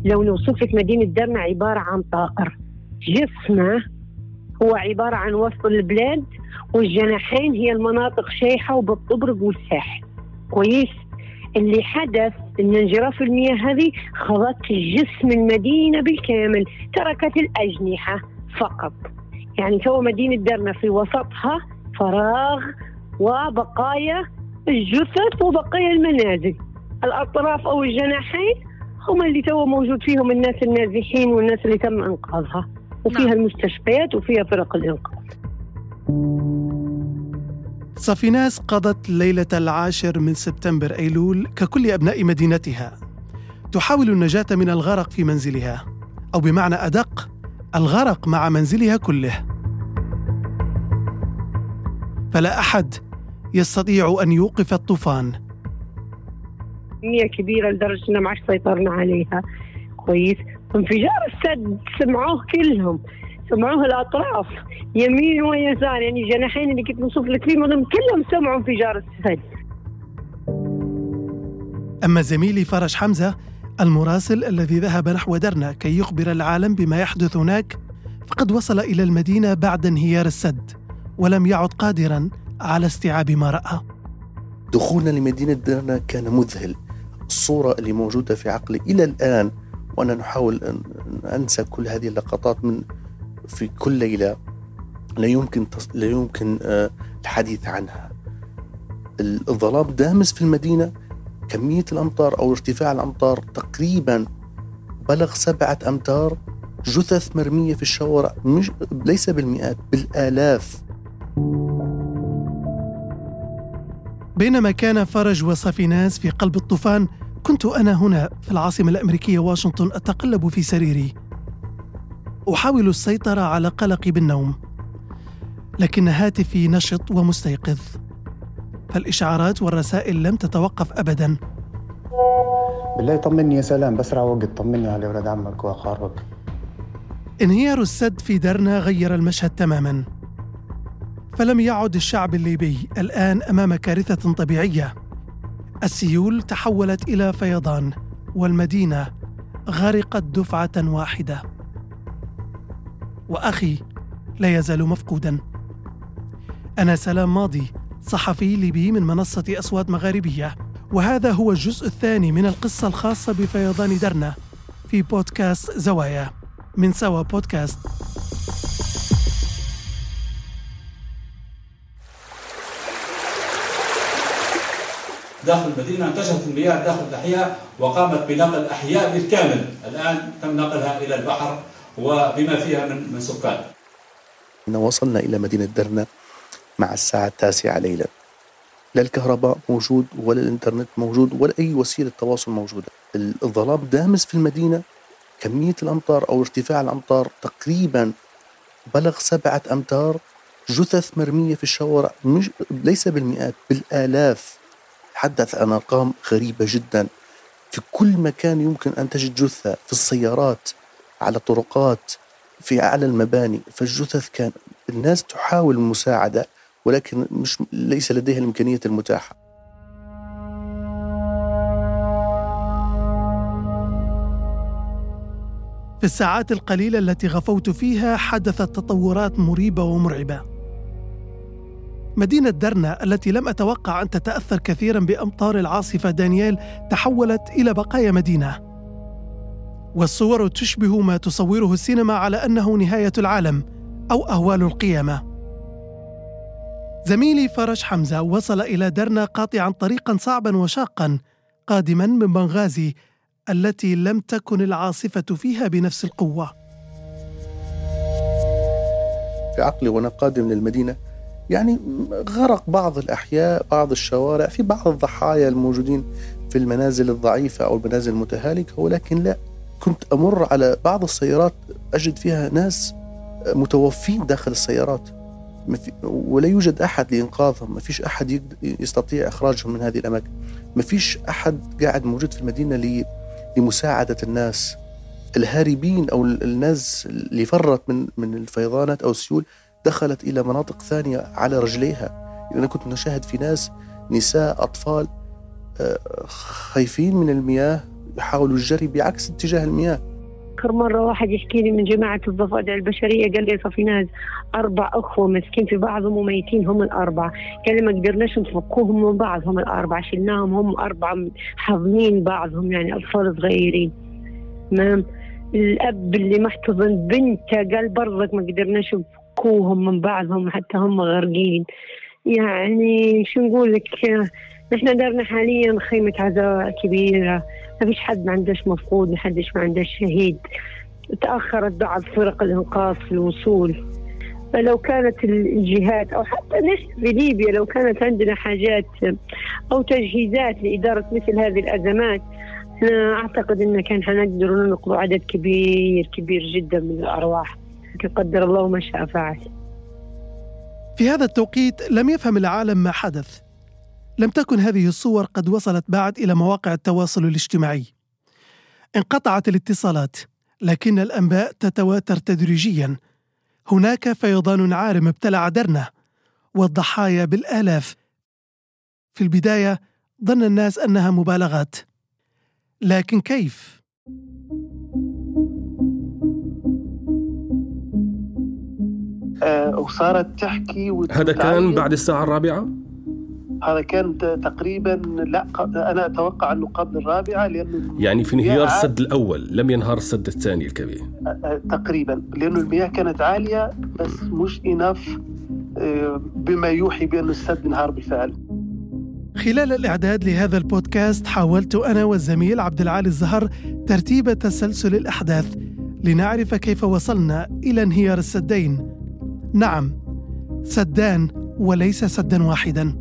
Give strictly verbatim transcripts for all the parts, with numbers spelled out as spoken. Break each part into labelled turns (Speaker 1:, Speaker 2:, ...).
Speaker 1: لو نوصف لك مدينة درنا عبارة عن طائر، جسمه هو عبارة عن وسط البلاد، والجناحين هي المناطق شيحة وبالطبرق والساحل. كويس. اللي حدث ان انجراف المياه هذه خضت جسم المدينة بالكامل، تركت الأجنحة فقط. يعني تو مدينة درنا في وسطها فراغ وبقايا الجثث وبقايا المنازل. الأطراف أو الجناحين هم اللي تو موجود فيهم الناس النازحين والناس اللي تم إنقاذها، وفيها المستشفيات وفيها فرق الإنقاذ.
Speaker 2: صافيناز قضت ليلة العاشر من سبتمبر أيلول ككل أبناء مدينتها تحاول النجاة من الغرق في منزلها، أو بمعنى أدق الغرق مع منزلها كله. فلا أحد يستطيع أن يوقف الطوفان.
Speaker 1: كمية كبيرة لدرجة أننا ما عادش سيطرنا عليها. كويس. انفجار السد سمعوه كلهم، سمعوه الأطراف يمين ويسار، يعني الجناحين اللي كنت نوصف لك فيهم كلهم سمعوا انفجار السد.
Speaker 2: أما زميلي فرج حمزة المراسل الذي ذهب نحو درنا كي يخبر العالم بما يحدث هناك، فقد وصل إلى المدينة بعد انهيار السد ولم يعد قادرا على استيعاب ما رأى.
Speaker 3: دخولنا لمدينة درنا كان مذهل. الصورة اللي موجودة في عقلي إلى الآن وأنا نحاول أن أنسى كل هذه اللقطات من في كل ليلة، لا يمكن تص... لا يمكن آه الحديث عنها. الظلام دامس في المدينة، كمية الأمطار أو ارتفاع الأمطار تقريبا بلغ سبعة أمتار، جثث مرمية في الشوارع، مش ليس بالمئات، بالآلاف.
Speaker 2: بينما كان فرج وصافيناز في قلب الطوفان، كنت أنا هنا في العاصمة الأمريكية واشنطن أتقلب في سريري أحاول السيطرة على قلقي بالنوم، لكن هاتفي نشط ومستيقظ، فالإشعارات والرسائل لم تتوقف أبداً.
Speaker 4: بالله طمني يا سلام، بسرع وقت طمني على ولد عمك وأقاربك.
Speaker 2: انهيار السد في درنا غير المشهد تماماً، فلم يعد الشعب الليبي الآن أمام كارثة طبيعية. السيول تحولت إلى فيضان، والمدينة غرقت دفعة واحدة، وأخي لا يزال مفقوداً. أنا سلام ماضي، صحفي ليبي من منصة أصوات مغاربية، وهذا هو الجزء الثاني من القصة الخاصة بفيضان درنا في بودكاست زوايا من سوا بودكاست.
Speaker 5: داخل المدينة انتشرت المياه داخل الأحياء وقامت بنقل الأحياء بالكامل. الآن تم نقلها إلى البحر وبما فيها من من سكان.
Speaker 3: وصلنا إلى مدينة درنا مع الساعة التاسعة ليلا، لا الكهرباء موجود ولا الإنترنت موجود ولا أي وسيلة تواصل موجودة. الظلام دامس في المدينة، كمية الأمطار أو ارتفاع الأمطار تقريبا بلغ سبعة أمتار، جثث مرمية في الشوارع، مش ليس بالمئات، بالآلاف. حدث عن أرقام غريبة جدا. في كل مكان يمكن أن تجد جثة، في السيارات، على طرقات، في أعلى المباني. فالجثث كان الناس تحاول المساعدة ولكن مش ليس لديها الإمكانية المتاحة.
Speaker 2: في الساعات القليلة التي غفوت فيها حدثت تطورات مريبة ومرعبة. مدينة درنا التي لم أتوقع أن تتأثر كثيراً بأمطار العاصفة دانييل تحولت إلى بقايا مدينة، والصور تشبه ما تصوره السينما على أنه نهاية العالم أو أهوال القيامة. زميلي فرج حمزة وصل إلى درنا قاطعاً طريقاً صعباً وشاقاً قادماً من بنغازي التي لم تكن العاصفة فيها بنفس القوة.
Speaker 3: في عقلي وأنا قادم للمدينة يعني غرق بعض الأحياء، بعض الشوارع، في بعض الضحايا الموجودين في المنازل الضعيفة أو المنازل المتهالكة، ولكن لا، كنت أمر على بعض السيارات أجد فيها ناس متوفين داخل السيارات ولا يوجد أحد لإنقاذهم، ما فيش أحد يستطيع إخراجهم من هذه الأماكن، ما فيش أحد قاعد موجود في المدينة لمساعدة الناس. الهاربين أو الناس اللي فرت من من الفيضانات أو السيول دخلت إلى مناطق ثانية على رجليها. أنا كنت نشاهد في ناس، نساء، أطفال خايفين من المياه، يحاولوا الجري بعكس اتجاه المياه.
Speaker 1: آخر مرة واحد يحكي لي من جماعة الضفادع البشرية قال لي صافي ناس أربع أخوة مسكين في بعضهم وميتين هم الأربعة، قال لي ما قدرناش نفكوهم من بعض هم الأربعة، شلناهم هم أربعة حاضنين بعضهم يعني أطفال صغيرين. تمام. الأب اللي محتضن بنته قال برضك ما قدرناش نفكوهم من بعضهم حتى هم غرقين. يعني شو نقول لك، نحن دارنا حاليا خيمة عزاء كبيرة، ما فيش حد ما عندش مفقود، ما حدش ما عندش شهيد. تأخرت بعض فرق الإنقاذ في الوصول. فلو كانت الجهات أو حتى نحن في ليبيا لو كانت عندنا حاجات أو تجهيزات لإدارة مثل هذه الأزمات، أنا أعتقد أن كان حنقدر ننقذ عدد كبير كبير جدا من الأرواح. قدر الله ما شاء فعل.
Speaker 2: في هذا التوقيت لم يفهم العالم ما حدث. لم تكن هذه الصور قد وصلت بعد إلى مواقع التواصل الاجتماعي. انقطعت الاتصالات، لكن الأنباء تتواتر تدريجياً. هناك فيضان عارم ابتلع درنا، والضحايا بالآلاف. في البداية ظن الناس أنها مبالغات، لكن كيف؟
Speaker 3: آه وصارت تحكي
Speaker 6: هذا كان بعد الساعة الرابعة؟
Speaker 3: هذا كان تقريبا، لا أنا أتوقع أنه قبل الرابعة، لأنه
Speaker 6: يعني في انهيار السد الأول لم ينهار السد الثاني الكبير
Speaker 3: تقريبا، لأنه المياه كانت عالية بس مش إناف بما يوحي بأن السد انهار بالفعل.
Speaker 2: خلال الإعداد لهذا البودكاست حاولت أنا والزميل عبد العالي الزهر ترتيب تسلسل الأحداث لنعرف كيف وصلنا إلى انهيار السدين. نعم، سدان وليس سدا واحدا.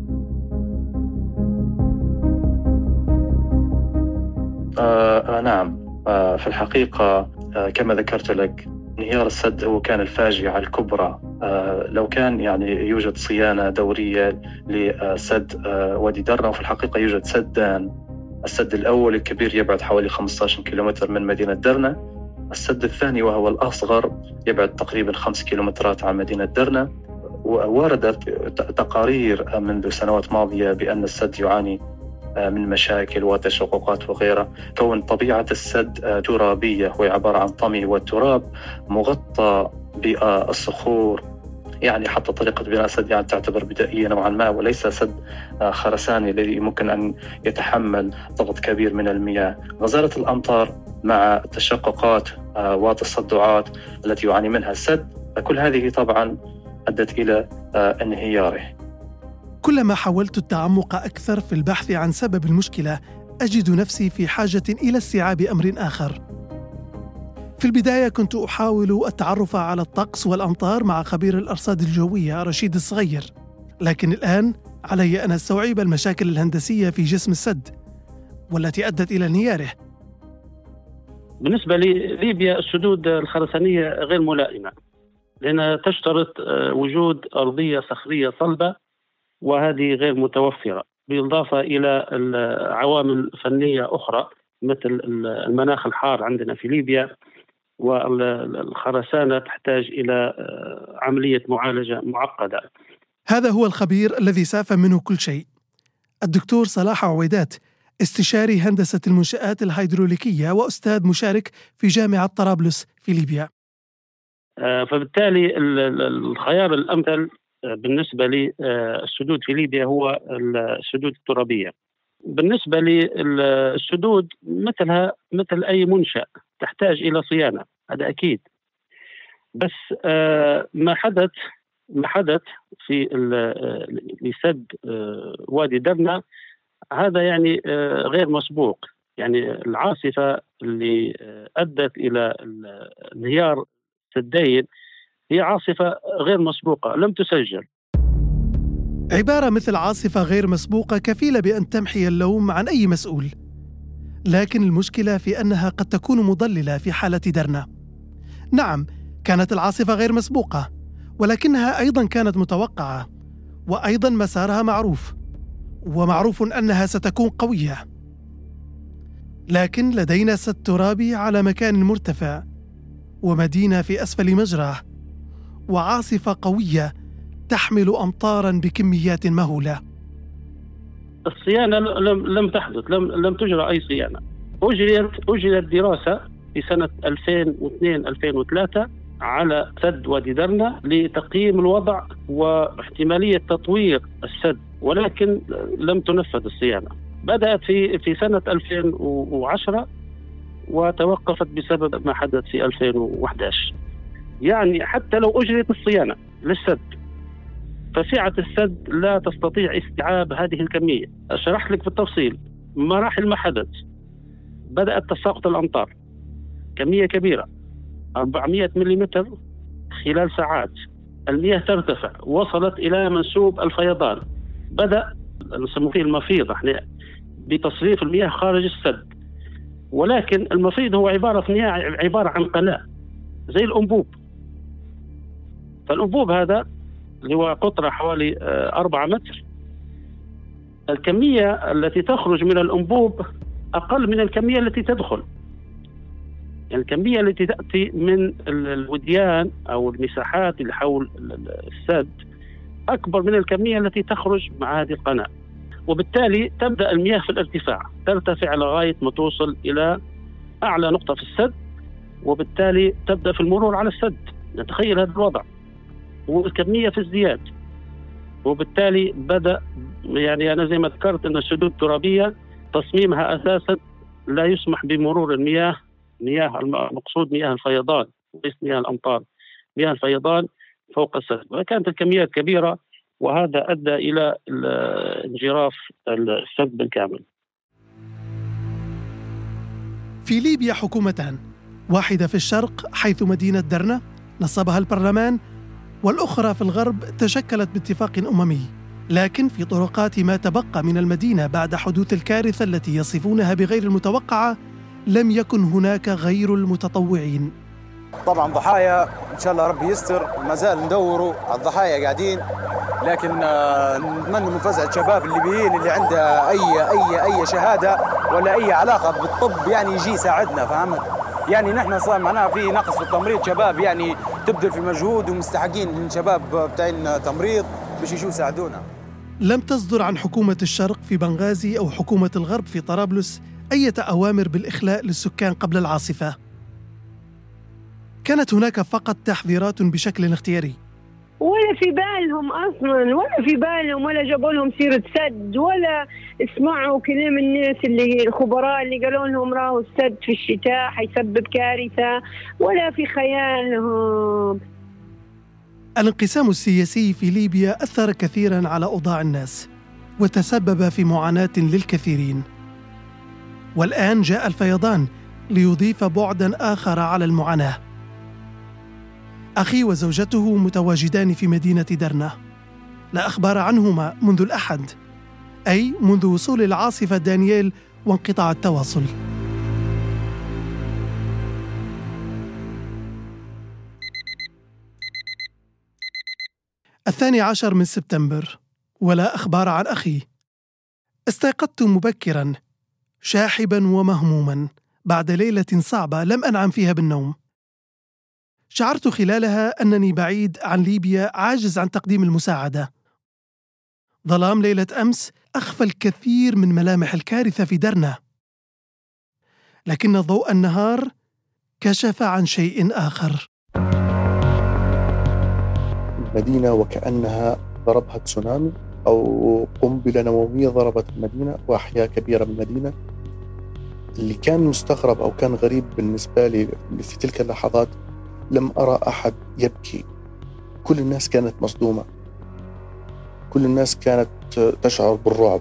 Speaker 7: آه نعم، آه في الحقيقة آه كما ذكرت لك، انهيار السد هو كان الفاجعة الكبرى. آه لو كان يعني يوجد صيانة دورية لسد آه وادي درنا، وفي الحقيقة يوجد سدان. السد الأول الكبير يبعد حوالي خمسة عشر كيلومتر من مدينة درنا، السد الثاني وهو الأصغر يبعد تقريبا خمس كيلومترات عن مدينة درنا. ووردت تقارير منذ سنوات ماضية بأن السد يعاني من مشاكل وتشققات وغيرها. كون طبيعة السد ترابية، هو عبارة عن طمي والتراب مغطى بالصخور، يعني حتى طريقة بناء السد يعني تعتبر بدائية نوعا ما، وليس سد خرساني الذي ممكن أن يتحمل ضغط كبير من المياه. غزارة الأمطار مع التشققات والتصدعات التي يعاني منها السد، كل هذه طبعا أدت إلى انهياره.
Speaker 2: كلما حاولت التعمق أكثر في البحث عن سبب المشكلة، أجد نفسي في حاجة إلى استيعاب أمر آخر. في البداية كنت أحاول التعرف على الطقس والأمطار مع خبير الأرصاد الجوية رشيد الصغير، لكن الآن علي أن أستوعب المشاكل الهندسية في جسم السد والتي أدت إلى انهياره.
Speaker 8: بالنسبة لليبيا السدود الخرسانية غير ملائمة، لأنها تشترط وجود أرضية صخرية صلبة، وهذه غير متوفرة، بالإضافة إلى عوامل فنية أخرى مثل المناخ الحار عندنا في ليبيا، والخرسانة تحتاج إلى عملية معالجة معقدة.
Speaker 2: هذا هو الخبير الذي سافى منه كل شيء، الدكتور صلاح عويدات، استشاري هندسة المنشآت الهيدروليكية وأستاذ مشارك في جامعة طرابلس في ليبيا.
Speaker 8: فبالتالي الخيار الأمثل بالنسبة للسدود في ليبيا هو السدود الترابية. بالنسبة للسدود مثلها مثل أي منشأ تحتاج إلى صيانة، هذا أكيد. بس ما حدث ما حدث في لسد وادي درنا هذا يعني غير مسبوق. يعني العاصفة اللي أدت إلى انهيار سدين هي عاصفة غير مسبوقة لم تسجل.
Speaker 2: عبارة مثل عاصفة غير مسبوقة كفيلة بأن تمحي اللوم عن أي مسؤول، لكن المشكلة في أنها قد تكون مضللة في حالة درنا. نعم، كانت العاصفة غير مسبوقة، ولكنها أيضا كانت متوقعة، وأيضا مسارها معروف، ومعروف أنها ستكون قوية. لكن لدينا سد ترابي على مكان مرتفع، ومدينة في أسفل مجرى، وعاصفة قوية تحمل أمطاراً بكميات مهولة.
Speaker 8: الصيانة لم لم تحدث، لم لم تجرى أي صيانة، أجريت أجريت دراسة في سنة ألفين واثنين ألفين وثلاثة على سد وادي درنا لتقييم الوضع واحتمالية تطوير السد، ولكن لم تنفذ الصيانة. بدأت في في سنة ألفين وعشرة وتوقفت بسبب ما حدث في ألفين وأحد عشر. يعني حتى لو أجريت الصيانة للسد فسعة السد لا تستطيع استيعاب هذه الكمية. أشرح لك بالتفصيل مراحل ما حدث. بدأت تساقط الأمطار كمية كبيرة أربعمائة ملم خلال ساعات، المياه ترتفع، وصلت إلى منسوب الفيضان، بدأ نسميه المفيض احنا بتصريف المياه خارج السد. ولكن المفيض هو عبارة مياه عبارة عن قناة زي الأنبوب. فالأنبوب هذا اللي هو قطره حوالي أربعة متر، الكمية التي تخرج من الأنبوب أقل من الكمية التي تدخل. يعني الكمية التي تأتي من الوديان أو المساحات اللي حول السد أكبر من الكمية التي تخرج مع هذه القناة، وبالتالي تبدأ المياه في الارتفاع، ترتفع لغاية ما توصل إلى أعلى نقطة في السد، وبالتالي تبدأ في المرور على السد. نتخيل هذا الوضع، والكمية في ازدياد، وبالتالي بدأ يعني أنا زي ما ذكرت أن السدود الترابية تصميمها أساسا لا يسمح بمرور المياه، مياه المقصود مياه الفيضان وليس مياه الأمطار، مياه الفيضان فوق السد، وكانت الكميات كبيرة، وهذا أدى إلى انجراف السد بالكامل.
Speaker 2: في ليبيا حكومتان، واحدة في الشرق حيث مدينة درنا نصبها البرلمان، والأخرى في الغرب تشكلت باتفاق أممي. لكن في طرقات ما تبقى من المدينة بعد حدوث الكارثة التي يصفونها بغير المتوقعة لم يكن هناك غير المتطوعين.
Speaker 9: طبعا ضحايا إن شاء الله ربي يستر، ما زال ندوروا على الضحايا قاعدين، لكن نتمنى مفازعة شباب الليبيين اللي عنده أي أي أي شهادة ولا أي علاقة بالطب يعني يجي يساعدنا، فهمت؟ يعني نحن صار معناها في نقص في التمريض، شباب يعني تبذل في مجهود ومستحقين من شباب بتاعين تمريض باش يجوا يساعدونا.
Speaker 2: لم تصدر عن حكومة الشرق في بنغازي أو حكومة الغرب في طرابلس أي أوامر بالإخلاء للسكان قبل العاصفة. كانت هناك فقط تحذيرات بشكل اختياري.
Speaker 1: ولا في بالهم أصلاً، ولا في بالهم، ولا جابوا لهم سيرة سد، ولا اسمعوا كلام الناس اللي الخبراء اللي قالوا لهم راهو السد في الشتاء حيسبب كارثة، ولا في خيالهم.
Speaker 2: الانقسام السياسي في ليبيا أثر كثيراً على أوضاع الناس وتسبب في معاناة للكثيرين. والآن جاء الفيضان ليضيف بعداً آخر على المعاناة. أخي وزوجته متواجدان في مدينة درنا، لا أخبار عنهما منذ الأحد، أي منذ وصول العاصفة دانييل وانقطاع التواصل. الثاني عشر من سبتمبر، ولا أخبار عن أخي. استيقظت مبكراً شاحباً ومهموماً بعد ليلة صعبة لم أنعم فيها بالنوم. شعرت خلالها أنني بعيد عن ليبيا، عاجز عن تقديم المساعدة. ظلام ليلة أمس أخفى الكثير من ملامح الكارثة في درنا، لكن ضوء النهار كشف عن شيء آخر.
Speaker 3: المدينة وكأنها ضربها تسونامي أو قنبلة نووية ضربت المدينة وأحياء كبيرة من المدينة. اللي كان مستغرب أو كان غريب بالنسبة لي في تلك اللحظات لم أرى أحد يبكي، كل الناس كانت مصدومة، كل الناس كانت تشعر بالرعب.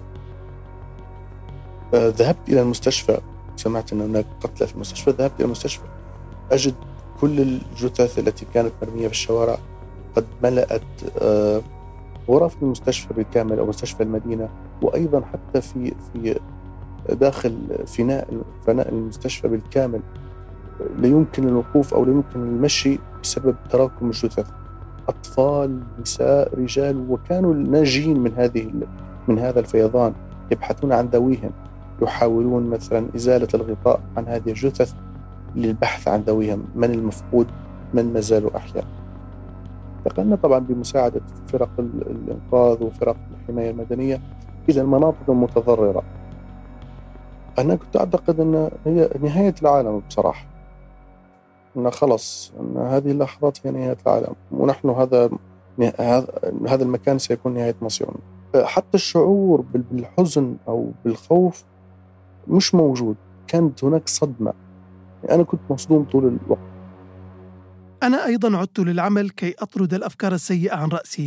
Speaker 3: ذهبت إلى المستشفى، سمعت أن هناك قتلى في المستشفى، ذهبت إلى المستشفى أجد كل الجثث التي كانت مرمية في الشوارع قد ملأت غرف المستشفى بالكامل أو مستشفى المدينة، وأيضا حتى في في داخل فناء فناء المستشفى بالكامل لا يمكن الوقوف أو لا يمكن المشي بسبب تراكم الجثث، أطفال، نساء، رجال، وكانوا ناجين من هذه من هذا الفيضان يبحثون عن ذويهم، يحاولون مثلا إزالة الغطاء عن هذه الجثث للبحث عن ذويهم، من المفقود، من ما زالوا أحياء. دخلنا طبعا بمساعدة فرق الإنقاذ وفرق الحماية المدنية إلى المناطق المتضررة. أنا كنت أعتقد أن هي نهاية العالم بصراحة، أن خلص أن هذه اللحظات هي نهاية العالم، ونحن هذا هذا المكان سيكون نهاية مصيرنا. حتى الشعور بالحزن أو بالخوف مش موجود، كانت هناك صدمة. أنا كنت مصدوم طول الوقت.
Speaker 2: أنا أيضا عدت للعمل كي أطرد الأفكار السيئة عن رأسي.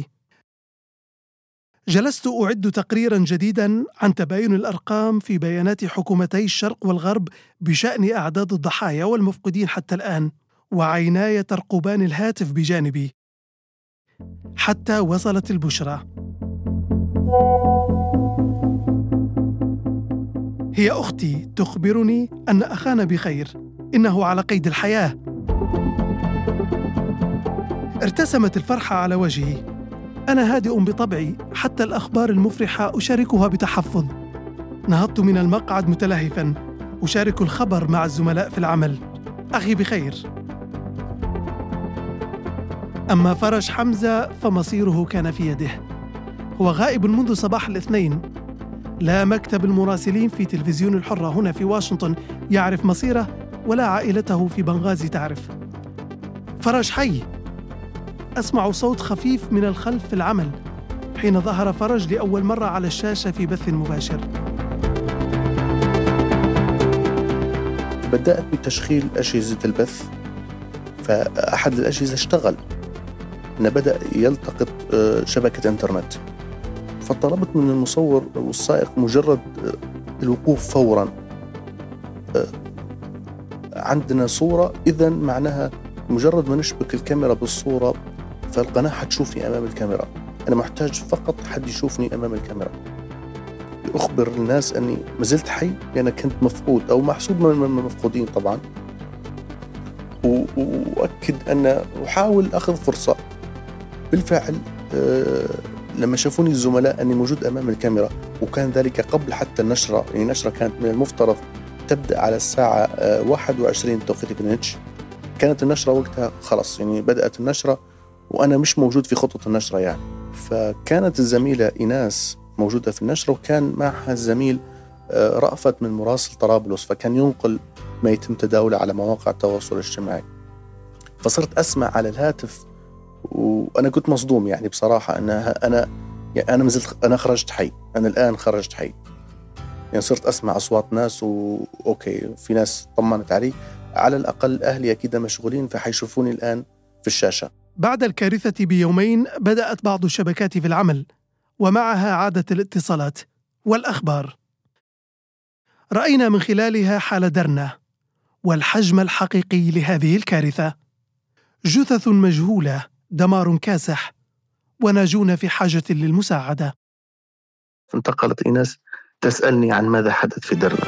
Speaker 2: جلست أعد تقريرا جديدا عن تباين الأرقام في بيانات حكومتي الشرق والغرب بشأن أعداد الضحايا والمفقودين حتى الآن، وعيناي ترقبان الهاتف بجانبي حتى وصلت البشرى. هي أختي تخبرني أن أخانا بخير، إنه على قيد الحياة. ارتسمت الفرحة على وجهي. أنا هادئ بطبعي، حتى الأخبار المفرحة أشاركها بتحفظ. نهضت من المقعد متلهفاً، أشارك الخبر مع الزملاء في العمل. أخي بخير. أما فرج حمزة فمصيره كان في يده. هو غائب منذ صباح الاثنين. لا مكتب المراسلين في تلفزيون الحرة هنا في واشنطن يعرف مصيره، ولا عائلته في بنغازي تعرف. فرج حي. أسمع صوت خفيف من الخلف في العمل حين ظهر فرج لأول مرة على الشاشة في بث مباشر.
Speaker 3: بدأت بتشغيل أجهزة البث، فأحد الأجهزة اشتغل، أنه بدأ يلتقط شبكة إنترنت، فطلبت من المصور والسائق مجرد الوقوف فوراً. عندنا صورة، إذن معناها مجرد ما نشبك الكاميرا بالصورة فالقناة حتشوفني أمام الكاميرا. أنا محتاج فقط حد يشوفني أمام الكاميرا. أخبر الناس أني ما زلت حي، لأن كنت مفقود أو محسوب من المفقودين طبعاً، وأؤكد أن أحاول أخذ فرصة. بالفعل أه لما شافوني الزملاء أني موجود أمام الكاميرا، وكان ذلك قبل حتى النشرة، يعني النشرة كانت من المفترض تبدأ على الساعة أه واحد وعشرين توقيت غرينتش. كانت النشرة وقتها خلص، يعني بدأت النشرة وأنا مش موجود في خطة النشرة يعني. فكانت الزميلة إيناس موجودة في النشرة، وكان معها الزميل رأفت من مراسل طرابلس، فكان ينقل ما يتم تداوله على مواقع التواصل الاجتماعي. فصرت أسمع على الهاتف وأنا كنت مصدوم يعني بصراحة، أنا أنا يعني أنا مازلت أنا خرجت حي، أنا الآن خرجت حي. يعني صرت أسمع أصوات ناس، وأوكي في ناس طمنت علي، على الأقل أهلي أكيد مشغولين فحيشوفوني الآن في الشاشة.
Speaker 2: بعد الكارثة بيومين بدأت بعض الشبكات في العمل، ومعها عادت الاتصالات والأخبار. رأينا من خلالها حال درنا والحجم الحقيقي لهذه الكارثة. جثث مجهولة، دمار كاسح، وناجون في حاجة للمساعدة.
Speaker 3: انتقلت إيناس تسألني عن ماذا حدث في درنا.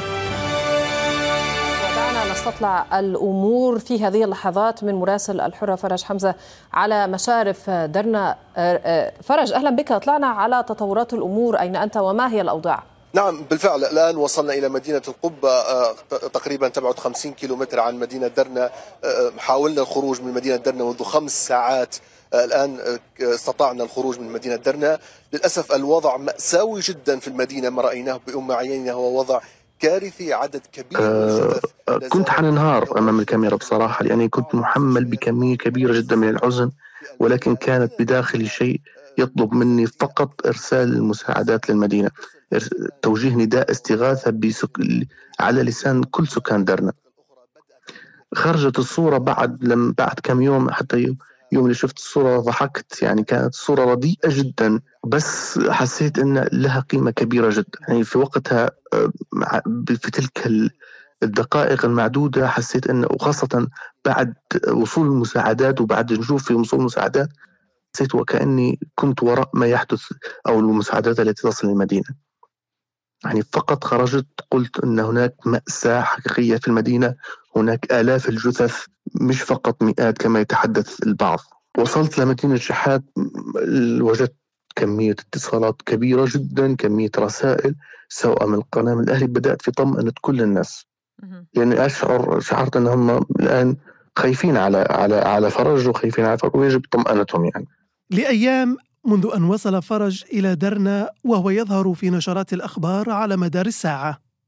Speaker 10: ودعنا نستطلع الأمور في هذه اللحظات من مراسل الحرة فرج حمزة على مشارف درنا. فرج، أهلا بك. اطلعنا على تطورات الأمور، أين أنت وما هي الأوضاع؟
Speaker 11: نعم بالفعل، الآن وصلنا إلى مدينة القبة، تقريبا تبعد خمسين كيلومتر عن مدينة درنا. حاولنا الخروج من مدينة درنا منذ خمس ساعات، الآن استطعنا الخروج من مدينة درنا. للأسف الوضع مأساوي جدا في المدينة، ما رأيناه بأم عيننا هو وضع كارثي، عدد كبير من الجثث.
Speaker 3: كنت حننهار أمام الكاميرا بصراحة، لأني يعني كنت محمل بكمية كبيرة جدا من الحزن، ولكن كانت بداخلي شيء يطلب مني فقط إرسال المساعدات للمدينة، توجيه نداء استغاثة بسك... على لسان كل سكان درنا. خرجت الصورة بعد لم بعد كم يوم، حتى يوم, يوم اللي شفت الصورة ضحكت، يعني كانت صورة رديئة جدا، بس حسيت أن لها قيمة كبيرة جدا. يعني في وقتها في تلك الدقائق المعدودة حسيت أن، وخاصة بعد وصول المساعدات وبعد نشوف في وصول المساعدات، حسيت وكأني كنت وراء ما يحدث أو المساعدات التي تصل للمدينة. يعني فقط خرجت قلت أن هناك مأساة حقيقية في المدينة، هناك آلاف الجثث مش فقط مئات كما يتحدث البعض. وصلت لمدينة شحات، وجدت كمية اتصالات كبيرة جدا، كمية رسائل سواء من القناة من الأهلي. بدأت في طمأنة كل الناس، يعني أشعر شعرت أنهم الآن خايفين على على على فرج وخايفين على فرج، ويجب طمأنتهم. يعني
Speaker 2: لأيام منذ أن وصل فرج إلى درنا وهو يظهر في نشرات الأخبار على مدار الساعة،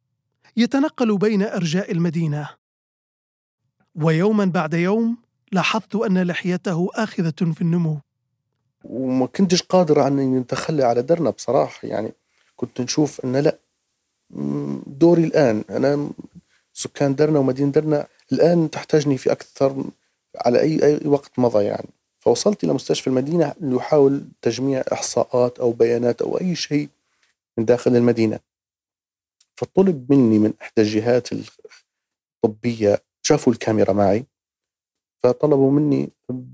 Speaker 2: يتنقل بين أرجاء المدينة. ويوما بعد يوم لاحظت أن لحيته آخذة في النمو.
Speaker 3: وما كنتش قادر عن أن نتخلى على درنا بصراحة. يعني كنت نشوف أن لا، دوري الآن، أنا سكان درنا ومدينة درنا الآن تحتاجني في أكثر على أي, أي وقت مضى. يعني فوصلت إلى مستشفى المدينة لأحاول تجميع إحصاءات أو بيانات أو أي شيء من داخل المدينة. فطلب مني من إحدى الجهات الطبية، شافوا الكاميرا معي، فطلبوا مني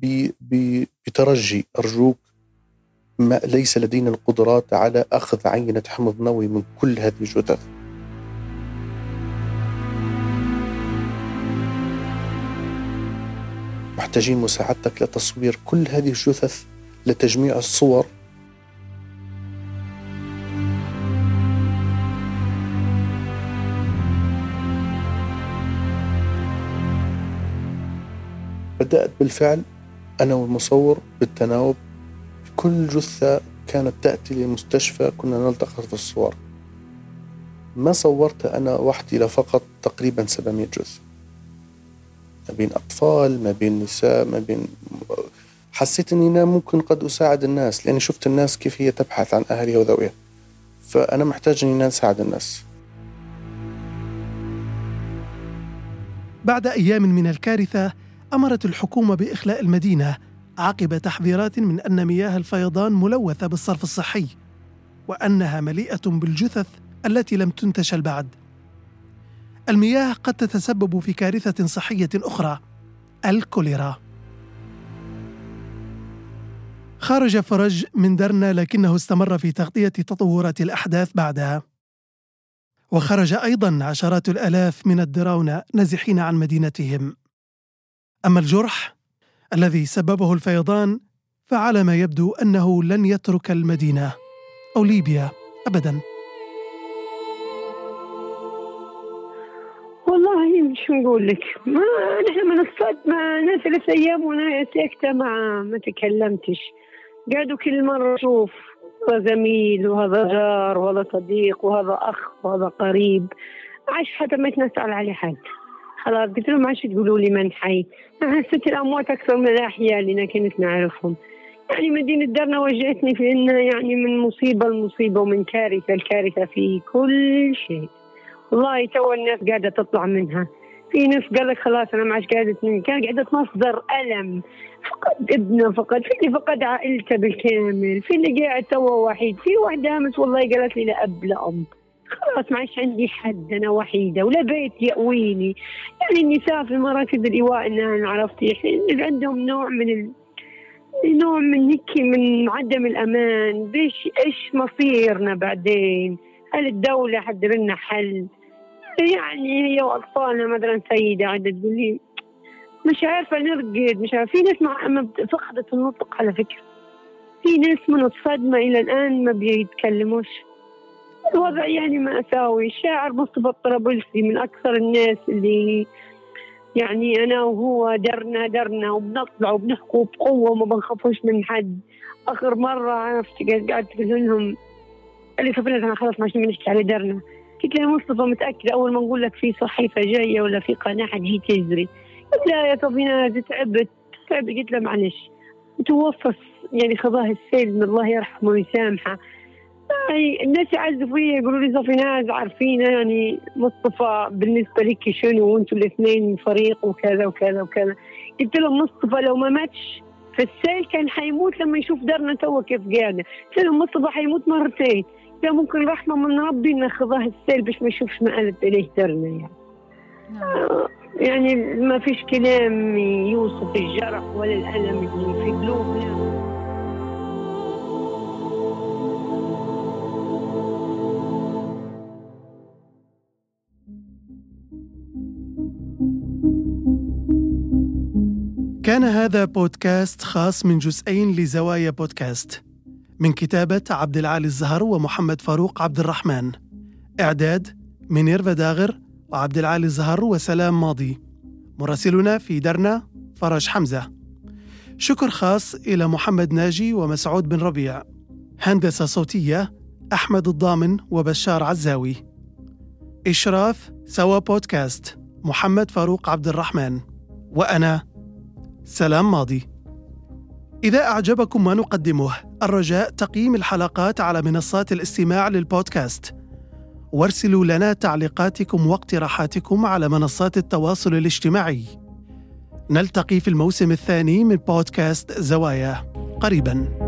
Speaker 3: بترجي أرجوك، ما ليس لدينا القدرات على أخذ عينة حمض نووي من كل هذه الجثث. محتاجين مساعدتك لتصوير كل هذه الجثث لتجميع الصور. بدأت بالفعل أنا والمصور بالتناوب. كل جثة كانت تأتي للمستشفى كنا نلتقط في الصور. ما صورت أنا وحدي لفقط تقريبا سبعمائة جثة، ما بين أطفال، ما بين نساء، ما بين. حسيت أني أنا ممكن قد أساعد الناس، لأني شفت الناس كيف هي تبحث عن أهلها وذويها، فأنا محتاج أني أنا أساعد الناس.
Speaker 2: بعد أيام من الكارثة أمرت الحكومة بإخلاء المدينة عقب تحذيرات من أن مياه الفيضان ملوثة بالصرف الصحي وأنها مليئة بالجثث التي لم تنتشل بعد. المياه قد تتسبب في كارثة صحية أخرى، الكوليرا. خرج فرج من درنا لكنه استمر في تغطية تطورات الأحداث بعدها. وخرج أيضا عشرات الآلاف من الدراونة نازحين عن مدينتهم. أما الجرح الذي سببه الفيضان فعلى ما يبدو أنه لن يترك المدينة أو ليبيا أبدا.
Speaker 1: والله مش نقول لك، ما نحن من الصدمة أنا ثلاث أيام وأنا ساكتة، ما ما تكلمتش. قعدوا كل مرة أشوف هذا زميل وهذا جار وهذا صديق وهذا أخ وهذا قريب، عاش حتى ما نسأل عليه حد. خلاص قلت لهم عاش تقولوا لي من حي، أنا حسيت الأموات أكثر من الأحياء اللي أنا كنت نعرفهم. يعني مدينة درنا وجهتني في إنها يعني من مصيبة لمصيبة ومن كارثة الكارثة في كل شيء. والله تو الناس قاعدة تطلع منها. في ناس قال لك خلاص أنا ما عادش قاعدة، كان قاعدة مصدر ألم، فقد ابنه، فقد في اللي فقد عائلته بالكامل، في اللي قاعد تو وحيد، في واحدة أمس والله قالت لي لا أب لا أم، خلاص ما عادش عندي حد، أنا وحيدة ولا بيت يأويني. يعني النساء في مراكز الإيواء أنا عرفتي عندهم نوع من ال... نوع من هيك من عدم الأمان. بيش إيش مصيرنا بعدين؟ هل الدولة حضر لنا حل؟ يعني هي وأطفالنا مثلا سيدة قاعدة تقول لي مش عارفة نرقد، مش عارفة. في ناس مع فقدت النطق على فكرة، في ناس من الصدمة إلى الآن ما بيتكلموش. الوضع يعني مأساوي. الشاعر مصطفى الطرابلسي من أكثر الناس اللي يعني أنا وهو درنا درنا وبنطلع وبنحكوا بقوة وما بنخافوش من حد. آخر مرة عرفت قاعدة تقول لهم اللي صفنا أنا خلاص ماشي بنحكي على درنا. قلت له مصطفى متأكد أول ما نقول لك في صحيفة جاية ولا في قناة حتجي تجري؟ قلت لا يا صفينة تعبت تعبت. قلت له معلش توفى يعني خضاه السيد من الله يرحمه ويسامحه. يعني الناس يعزوا فيا يقولوا لي صفينة عارفين يعني مصطفى بالنسبة لك شنو وانتوا الاثنين فريق وكذا وكذا وكذا. قلت له مصطفى لو ما ماتش في السيل كان حيموت لما يشوف دارنا توا كيف قاعدة. قلت له مصطفى حيموت مرتين، لا ممكن رحمة من ربي إن خضاه السيل باش ما يشوفش ما قالت إليه درنا. يعني آه يعني ما فيش كلام يوصف الجرح ولا الألم اللي في قلوبنا.
Speaker 2: كان هذا بودكاست خاص من جزئين لزوايا بودكاست، من كتابة عبد العالي الزهر ومحمد فاروق عبد الرحمن، إعداد مينيرفا داغر وعبد العالي الزهر وسلام ماضي، مراسلنا في درنا فرج حمزة. شكر خاص إلى محمد ناجي ومسعود بن ربيع. هندسة صوتية أحمد الضامن وبشار عزاوي. إشراف سوا بودكاست محمد فاروق عبد الرحمن، وأنا سلام ماضي. إذا أعجبكم ما نقدمه، الرجاء تقييم الحلقات على منصات الاستماع للبودكاست، وارسلوا لنا تعليقاتكم واقتراحاتكم على منصات التواصل الاجتماعي. نلتقي في الموسم الثاني من بودكاست زوايا قريباً.